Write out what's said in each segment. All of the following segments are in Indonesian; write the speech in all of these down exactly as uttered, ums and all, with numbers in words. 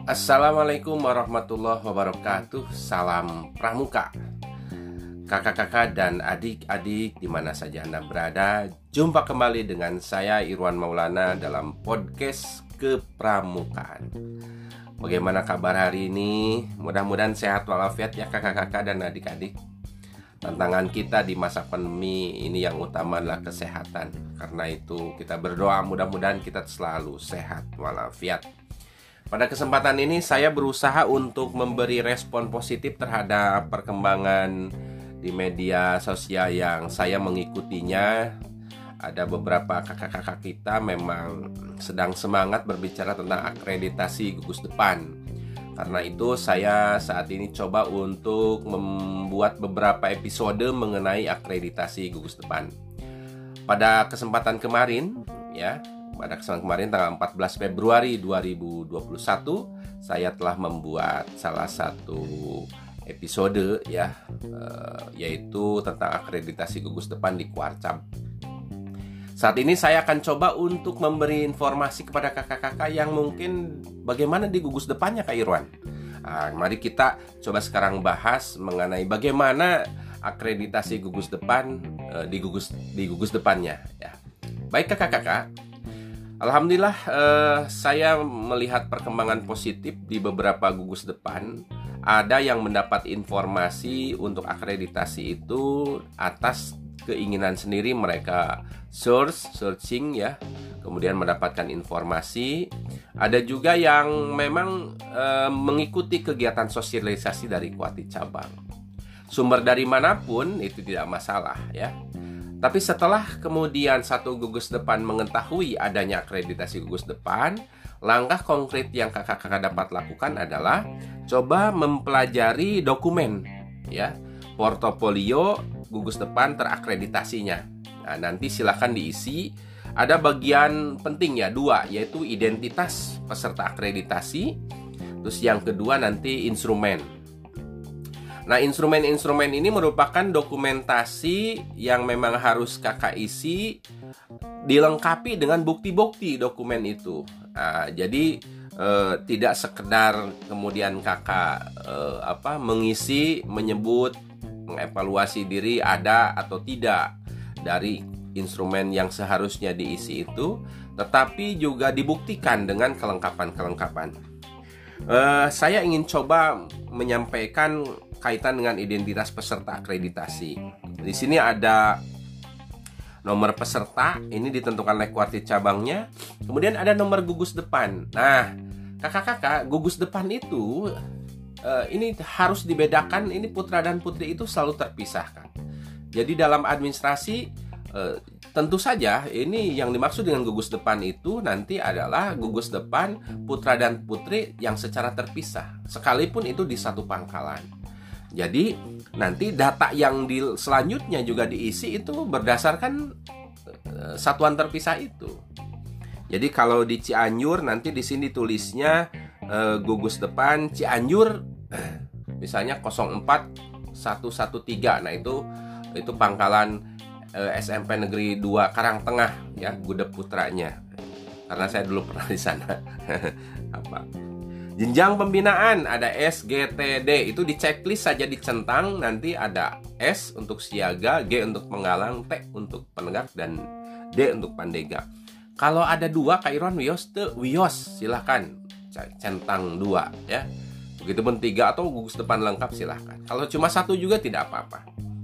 Assalamualaikum warahmatullahi wabarakatuh. Salam Pramuka. Kakak-kakak dan adik-adik di mana saja Anda berada, jumpa kembali dengan saya Irwan Maulana dalam podcast Kepramukaan. Bagaimana kabar hari ini? Mudah-mudahan sehat walafiat ya kakak-kakak dan adik-adik. Tantangan kita di masa pandemi ini yang utama adalah kesehatan. Karena itu kita berdoa mudah-mudahan kita selalu sehat walafiat. Pada kesempatan ini saya berusaha untuk memberi respon positif terhadap perkembangan di media sosial yang saya mengikutinya. Ada beberapa kakak-kakak kita memang sedang semangat berbicara tentang akreditasi gugus depan. Karena itu saya saat ini coba untuk membuat beberapa episode mengenai akreditasi gugus depan. Pada kesempatan kemarin ya Pada kesempatan kemarin tanggal empat belas Februari dua ribu dua puluh satu saya telah membuat salah satu episode ya uh, yaitu tentang akreditasi gugus depan di Kuarcap. Saat ini saya akan coba untuk memberi informasi kepada kakak-kakak yang mungkin bagaimana di gugus depannya Kak Irwan. Nah, mari kita coba sekarang bahas mengenai bagaimana akreditasi gugus depan uh, di gugus di gugus depannya ya. Baik kakak-kakak, Alhamdulillah eh, saya melihat perkembangan positif di beberapa gugus depan. Ada yang mendapat informasi untuk akreditasi itu atas keinginan sendiri, mereka search, searching ya, kemudian mendapatkan informasi. Ada juga yang memang eh, mengikuti kegiatan sosialisasi dari Kuati Cabang. Sumber dari manapun itu tidak masalah ya. Tapi setelah kemudian satu gugus depan mengetahui adanya akreditasi gugus depan, langkah konkret yang kakak-kakak dapat lakukan adalah coba mempelajari dokumen ya, portofolio gugus depan terakreditasinya. Nah, nanti silahkan diisi. Ada bagian penting ya, dua, yaitu identitas peserta akreditasi. Terus yang kedua nanti instrumen. Nah, instrumen-instrumen ini merupakan dokumentasi yang memang harus kakak isi, dilengkapi dengan bukti-bukti dokumen itu. Nah, jadi eh, tidak sekedar kemudian kakak eh, apa mengisi, menyebut, mengevaluasi diri ada atau tidak dari instrumen yang seharusnya diisi itu, tetapi juga dibuktikan dengan kelengkapan-kelengkapan. Eh, saya ingin coba menyampaikan kaitan dengan identitas peserta akreditasi. Di sini ada nomor peserta, ini ditentukan oleh Kuarti cabangnya. Kemudian ada nomor gugus depan. Nah, kakak-kakak, gugus depan itu uh, ini harus dibedakan. Ini putra dan putri itu selalu terpisahkan. Jadi dalam administrasi uh, tentu saja ini yang dimaksud dengan gugus depan itu nanti adalah gugus depan putra dan putri yang secara terpisah, sekalipun itu di satu pangkalan. Jadi nanti data yang di selanjutnya juga diisi itu berdasarkan uh, satuan terpisah itu. Jadi kalau di Cianjur nanti di sini tulisnya uh, gugus depan Cianjur misalnya nol empat satu satu tiga. Nah itu itu pangkalan uh, S M P Negeri dua Karangtengah ya, Gudeg putranya. Karena saya dulu pernah di sana. Apa? Jenjang pembinaan ada S, G, T, D. Itu di checklist saja dicentang. Nanti ada S untuk siaga, G untuk penggalang, T untuk penegak, dan D untuk pandega. Kalau ada dua, Kak Irwan Wios, te Wios, silahkan centang dua ya. Begitupun tiga atau gugus depan lengkap silahkan. Kalau cuma satu juga tidak apa-apa.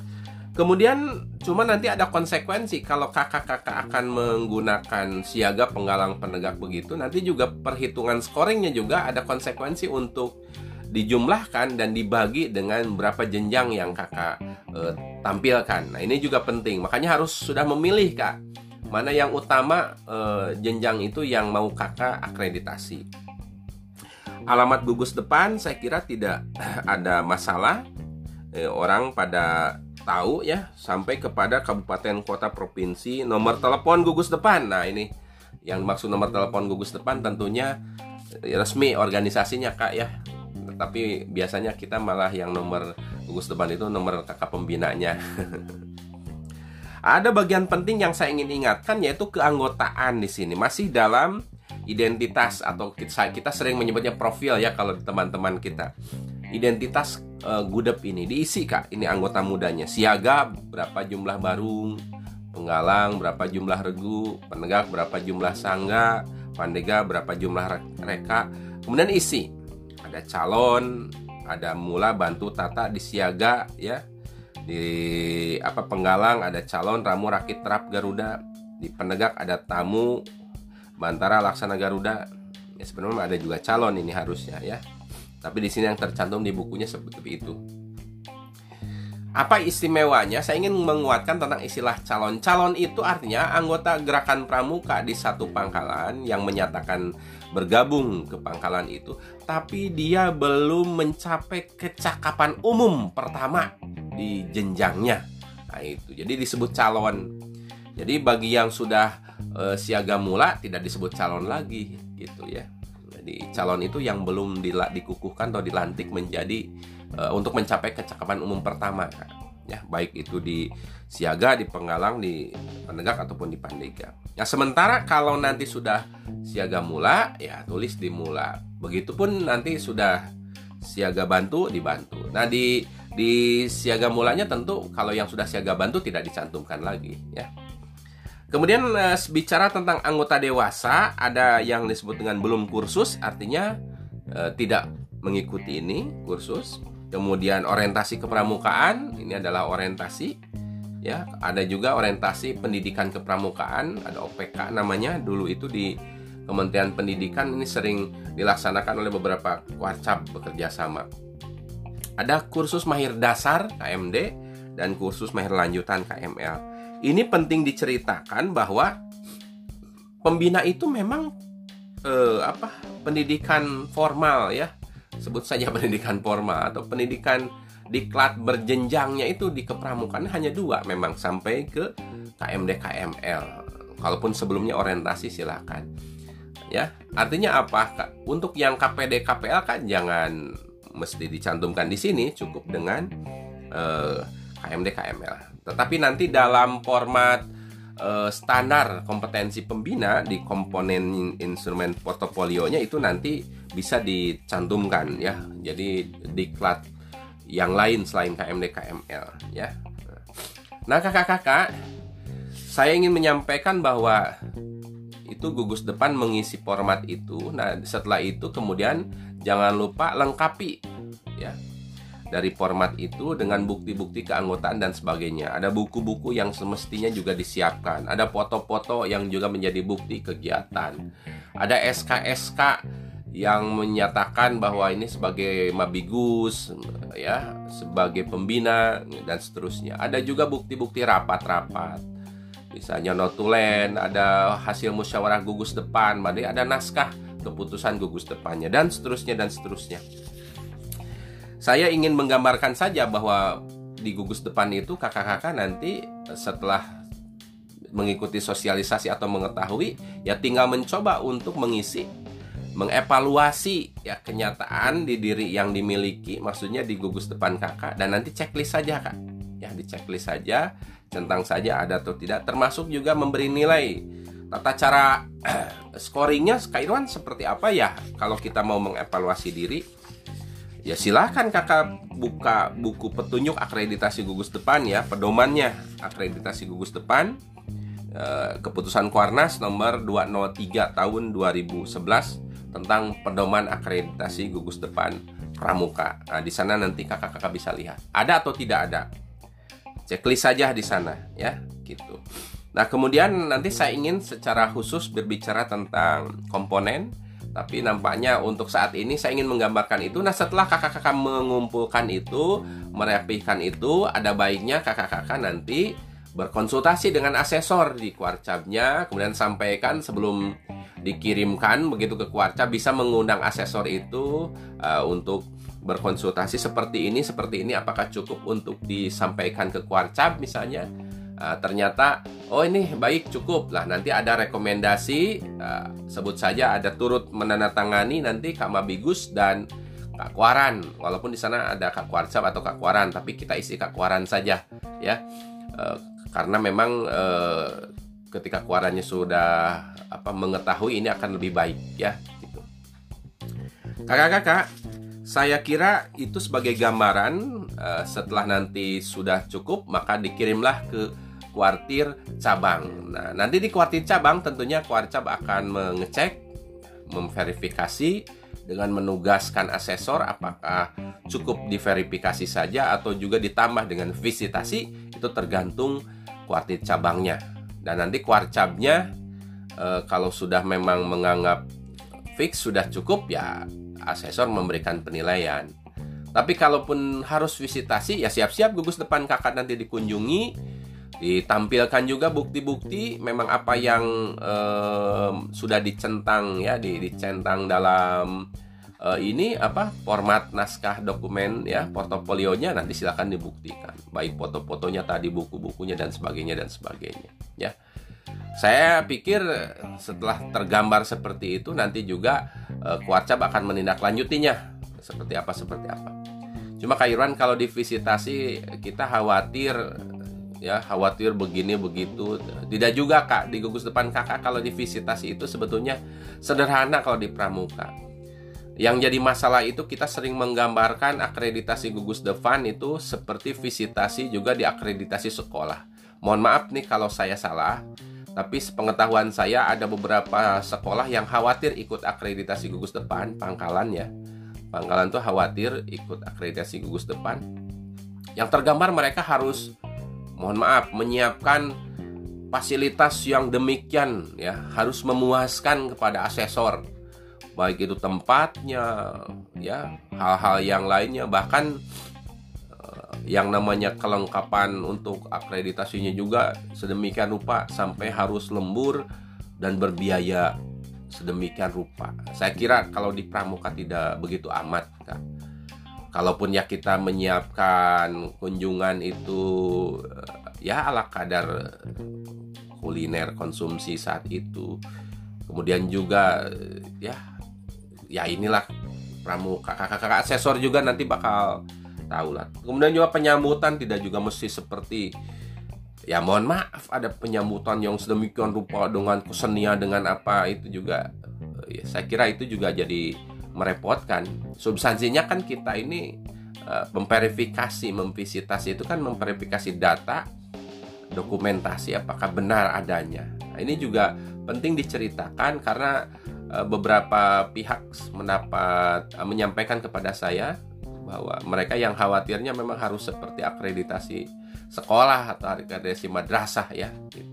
Kemudian cuma nanti ada konsekuensi kalau kakak-kakak akan menggunakan siaga, penggalang, penegak begitu. Nanti juga perhitungan scoringnya juga ada konsekuensi untuk dijumlahkan dan dibagi dengan berapa jenjang yang kakak eh, tampilkan. Nah ini juga penting, makanya harus sudah memilih kak mana yang utama eh, jenjang itu yang mau kakak akreditasi. Alamat gugus depan saya kira tidak ada masalah, eh, orang pada tahu ya, sampai kepada kabupaten, kota, provinsi, nomor telepon gugus depan. Nah ini yang dimaksud nomor telepon gugus depan tentunya resmi organisasinya kak ya. Tapi biasanya kita malah yang nomor gugus depan itu nomor kakak pembinanya. Ada bagian penting yang saya ingin ingatkan yaitu keanggotaan di sini masih dalam identitas, atau kita, kita sering menyebutnya profil ya kalau teman-teman kita. Identitas uh, gudeg ini diisi Kak, ini anggota mudanya. Siaga berapa jumlah barung, penggalang berapa jumlah regu, penegak berapa jumlah sangga, pandega berapa jumlah reka. Kemudian isi, ada calon, ada mula, bantu, tata, di siaga ya. Di apa penggalang ada calon, ramu, rakit, terap, garuda. Di penegak ada tamu, bantara, laksana, garuda. Ya sebenarnya ada juga calon ini harusnya ya. Tapi di sini yang tercantum di bukunya seperti itu. Apa istimewanya? Saya ingin menguatkan tentang istilah calon. Calon itu artinya anggota gerakan pramuka di satu pangkalan yang menyatakan bergabung ke pangkalan itu, tapi dia belum mencapai kecakapan umum pertama di jenjangnya. Nah itu, jadi disebut calon. Jadi bagi yang sudah e, siaga mula tidak disebut calon lagi, gitu ya. Jadi calon itu yang belum dikukuhkan atau dilantik menjadi uh, untuk mencapai kecakapan umum pertama, ya, baik itu di siaga, di penggalang, di penegak ataupun di pandega. Nah, sementara kalau nanti sudah siaga mula, ya tulis di mula. Begitupun nanti sudah siaga bantu, dibantu. Nah, di di siaga mulanya tentu kalau yang sudah siaga bantu tidak dicantumkan lagi, ya. Kemudian eh, bicara tentang anggota dewasa, ada yang disebut dengan belum kursus, artinya eh, tidak mengikuti ini kursus. Kemudian orientasi kepramukaan, ini adalah orientasi, ya. Ada juga orientasi pendidikan kepramukaan, ada O P K namanya. Dulu itu di Kementerian Pendidikan ini sering dilaksanakan oleh beberapa warcap bekerja sama. Ada kursus mahir dasar K M D dan kursus mahir lanjutan K M L. Ini penting diceritakan bahwa pembina itu memang eh, apa pendidikan formal ya, sebut saja pendidikan formal atau pendidikan diklat berjenjangnya itu di kepramukaan hanya dua memang, sampai ke K M D K M L. Kalaupun sebelumnya orientasi silakan. Ya, artinya apa? Untuk yang K P D K P L kan jangan mesti dicantumkan di sini, cukup dengan eh, K M D K M L. Tetapi nanti dalam format uh, standar kompetensi pembina di komponen instrumen portofolionya itu nanti bisa dicantumkan ya. Jadi diklat yang lain selain K M D K M L ya. Nah, kakak-kakak, saya ingin menyampaikan bahwa itu gugus depan mengisi format itu. Nah, setelah itu kemudian jangan lupa lengkapi ya dari format itu dengan bukti-bukti keanggotaan dan sebagainya. Ada buku-buku yang semestinya juga disiapkan. Ada foto-foto yang juga menjadi bukti kegiatan. Ada S K S K yang menyatakan bahwa ini sebagai mabigus, ya, sebagai pembina dan seterusnya. Ada juga bukti-bukti rapat-rapat. Misalnya notulen, ada hasil musyawarah gugus depan, ada naskah keputusan gugus depannya dan seterusnya dan seterusnya. Saya ingin menggambarkan saja bahwa di gugus depan itu kakak-kakak nanti setelah mengikuti sosialisasi atau mengetahui, ya tinggal mencoba untuk mengisi, mengevaluasi ya kenyataan di diri yang dimiliki, maksudnya di gugus depan kakak, dan nanti checklist saja kak, ya di checklist saja, centang saja ada atau tidak, termasuk juga memberi nilai. Tata cara scoringnya Kak Irwan seperti apa ya kalau kita mau mengevaluasi diri? Ya silahkan kakak buka buku petunjuk akreditasi gugus depan ya, pedomannya akreditasi gugus depan, eh, keputusan Kuarnas nomor dua nol tiga tahun dua ribu sebelas tentang pedoman akreditasi gugus depan pramuka. Nah, di sana nanti kakak-kakak bisa lihat ada atau tidak ada, checklist saja di sana ya, gitu. Nah, kemudian nanti saya ingin secara khusus berbicara tentang komponen. Tapi nampaknya untuk saat ini saya ingin menggambarkan itu. Nah, setelah kakak-kakak mengumpulkan itu, merapihkan itu, ada baiknya kakak-kakak nanti berkonsultasi dengan asesor di Kuarcapnya, kemudian sampaikan sebelum dikirimkan begitu ke Kuarcap, bisa mengundang asesor itu uh, untuk berkonsultasi seperti ini, seperti ini, apakah cukup untuk disampaikan ke Kuarcap misalnya. Uh, ternyata oh ini baik, cukup lah, nanti ada rekomendasi, uh, sebut saja ada turut menandatangani nanti Kak Mabigus dan Kak Kuaran, walaupun di sana ada Kak Kuarcap atau Kak Kuaran, tapi kita isi Kak Kuaran saja ya, uh, karena memang uh, ketika kuaranya sudah apa mengetahui ini akan lebih baik ya gitu. Kakak-kakak, saya kira itu sebagai gambaran. uh, setelah nanti sudah cukup, maka dikirimlah ke kuartir cabang. Nah, nanti di kuartir cabang tentunya kuarcap akan mengecek, memverifikasi dengan menugaskan asesor apakah cukup diverifikasi saja atau juga ditambah dengan visitasi. Itu tergantung kuartir cabangnya. Dan nanti kuarcapnya e, kalau sudah memang menganggap fix sudah cukup, ya asesor memberikan penilaian. Tapi kalaupun harus visitasi, ya siap-siap gugus depan kakak nanti dikunjungi, ditampilkan juga bukti-bukti memang apa yang eh, sudah dicentang ya, di, dicentang dalam eh, ini apa format naskah dokumen ya, portofolionya, nanti silakan dibuktikan, baik foto-fotonya tadi, buku-bukunya dan sebagainya dan sebagainya ya. Saya pikir setelah tergambar seperti itu, nanti juga eh, kuarcap akan menindaklanjutinya seperti apa seperti apa. Cuma Kak Irwan, kalau divisitasi kita khawatir ya, khawatir begini begitu. Tidak juga Kak, di gugus depan kakak kalau divisitasi itu sebetulnya sederhana kalau di pramuka. Yang jadi masalah itu kita sering menggambarkan akreditasi gugus depan itu seperti visitasi juga di akreditasi sekolah. Mohon maaf nih kalau saya salah, tapi sepengetahuan saya ada beberapa sekolah yang khawatir ikut akreditasi gugus depan, Pangkalan ya. Pangkalan tuh khawatir ikut akreditasi gugus depan. Yang tergambar mereka harus, mohon maaf, menyiapkan fasilitas yang demikian ya, harus memuaskan kepada asesor, baik itu tempatnya ya, hal-hal yang lainnya, bahkan eh, yang namanya kelengkapan untuk akreditasinya juga sedemikian rupa sampai harus lembur dan berbiaya sedemikian rupa. Saya kira kalau di pramuka tidak begitu amat Kak. Kalaupun ya kita menyiapkan kunjungan itu ya ala kadar kuliner konsumsi saat itu. Kemudian juga ya ya inilah pramuka, kakak-kakak asesor juga nanti bakal tahu lah. Kemudian juga penyambutan tidak juga mesti seperti, ya mohon maaf, ada penyambutan yang sedemikian rupa dengan kesenian dengan apa itu juga ya, saya kira itu juga jadi merepotkan. Substansinya kan kita ini uh, memverifikasi, memvisitasi itu kan memverifikasi data, dokumentasi apakah benar adanya. Nah, ini juga penting diceritakan karena uh, beberapa pihak mendapat uh, menyampaikan kepada saya bahwa mereka yang khawatirnya memang harus seperti akreditasi sekolah atau akreditasi madrasah ya gitu.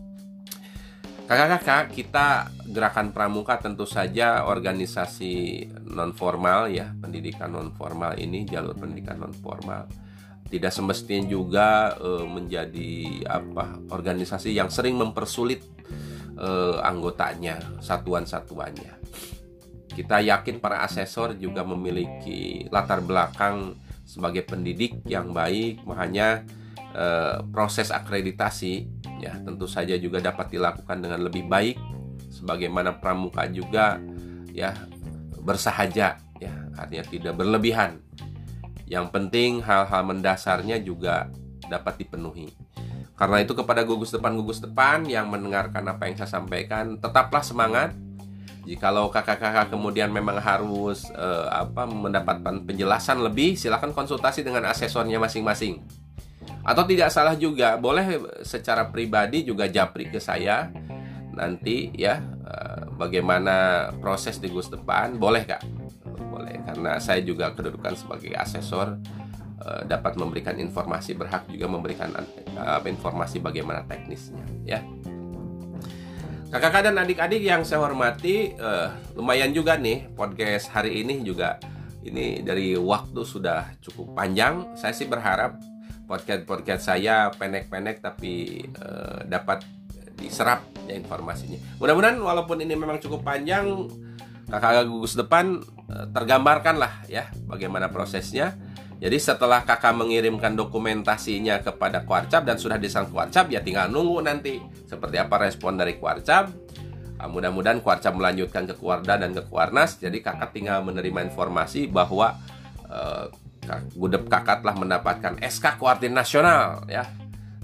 Kakak-kakak, kita Gerakan Pramuka tentu saja organisasi non formal ya, pendidikan non formal ini, jalur pendidikan non formal. Tidak semestinya juga e, menjadi apa organisasi yang sering mempersulit e, anggotanya, satuan-satuannya. Kita yakin para asesor juga memiliki latar belakang sebagai pendidik yang baik, makanya e, proses akreditasi ya tentu saja juga dapat dilakukan dengan lebih baik, sebagaimana pramuka juga ya bersahaja ya, artinya tidak berlebihan. Yang penting hal-hal mendasarnya juga dapat dipenuhi. Karena itu kepada gugus depan-gugus depan yang mendengarkan apa yang saya sampaikan, tetaplah semangat. Jikalau kakak-kakak kemudian memang harus eh, apa mendapatkan penjelasan lebih, silakan konsultasi dengan asesornya masing-masing. Atau tidak salah juga, boleh secara pribadi juga japri ke saya nanti ya, bagaimana proses di gugus depan, boleh Kak? Boleh, karena saya juga kedudukan sebagai asesor, dapat memberikan informasi, berhak juga memberikan informasi bagaimana teknisnya ya. Kakak-kakak dan adik-adik yang saya hormati, lumayan juga nih podcast hari ini juga, ini dari waktu sudah cukup panjang. Saya sih berharap podcast-podcast saya pendek-pendek tapi uh, dapat diserap ya informasinya. Mudah-mudahan walaupun ini memang cukup panjang, kakak gugus depan uh, tergambarkan lah ya bagaimana prosesnya. Jadi setelah kakak mengirimkan dokumentasinya kepada kuarcap dan sudah disang kuarcap, ya tinggal nunggu nanti seperti apa respon dari kuarcap. Uh, mudah-mudahan kuarcap melanjutkan ke kuarda dan ke kuarnas. Jadi kakak tinggal menerima informasi bahwa uh, Gudep kakak telah mendapatkan S K Kuartir Nasional ya.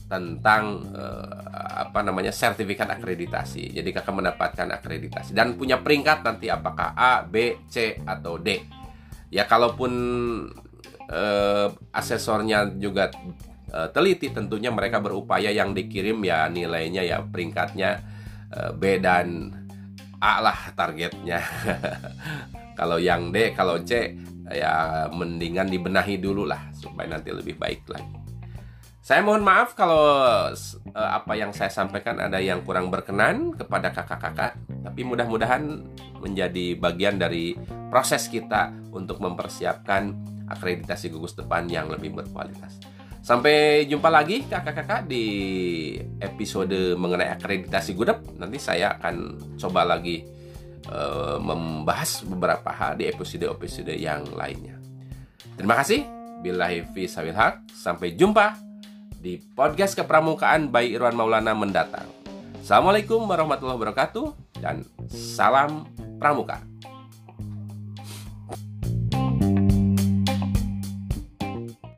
tentang uh, apa namanya sertifikat akreditasi. Jadi kakak mendapatkan akreditasi dan punya peringkat nanti apakah A, B, C atau D. Ya kalaupun uh, asesornya juga uh, teliti, tentunya mereka berupaya yang dikirim ya nilainya ya peringkatnya uh, B dan A lah targetnya. Kalau yang D, kalau C ya mendingan dibenahi dulu lah supaya nanti lebih baik lagi. Saya mohon maaf kalau uh, apa yang saya sampaikan ada yang kurang berkenan kepada kakak-kakak, tapi mudah-mudahan menjadi bagian dari proses kita untuk mempersiapkan akreditasi gugus depan yang lebih berkualitas. Sampai jumpa lagi kakak-kakak di episode mengenai akreditasi Gudep. Nanti saya akan coba lagi uh, membahas beberapa hal di episode-episode yang lainnya. Terima kasih. Billahi fi sawil haq. Sampai jumpa di podcast kepramukaan by Irwan Maulana mendatang. Assalamualaikum warahmatullahi wabarakatuh dan salam pramuka.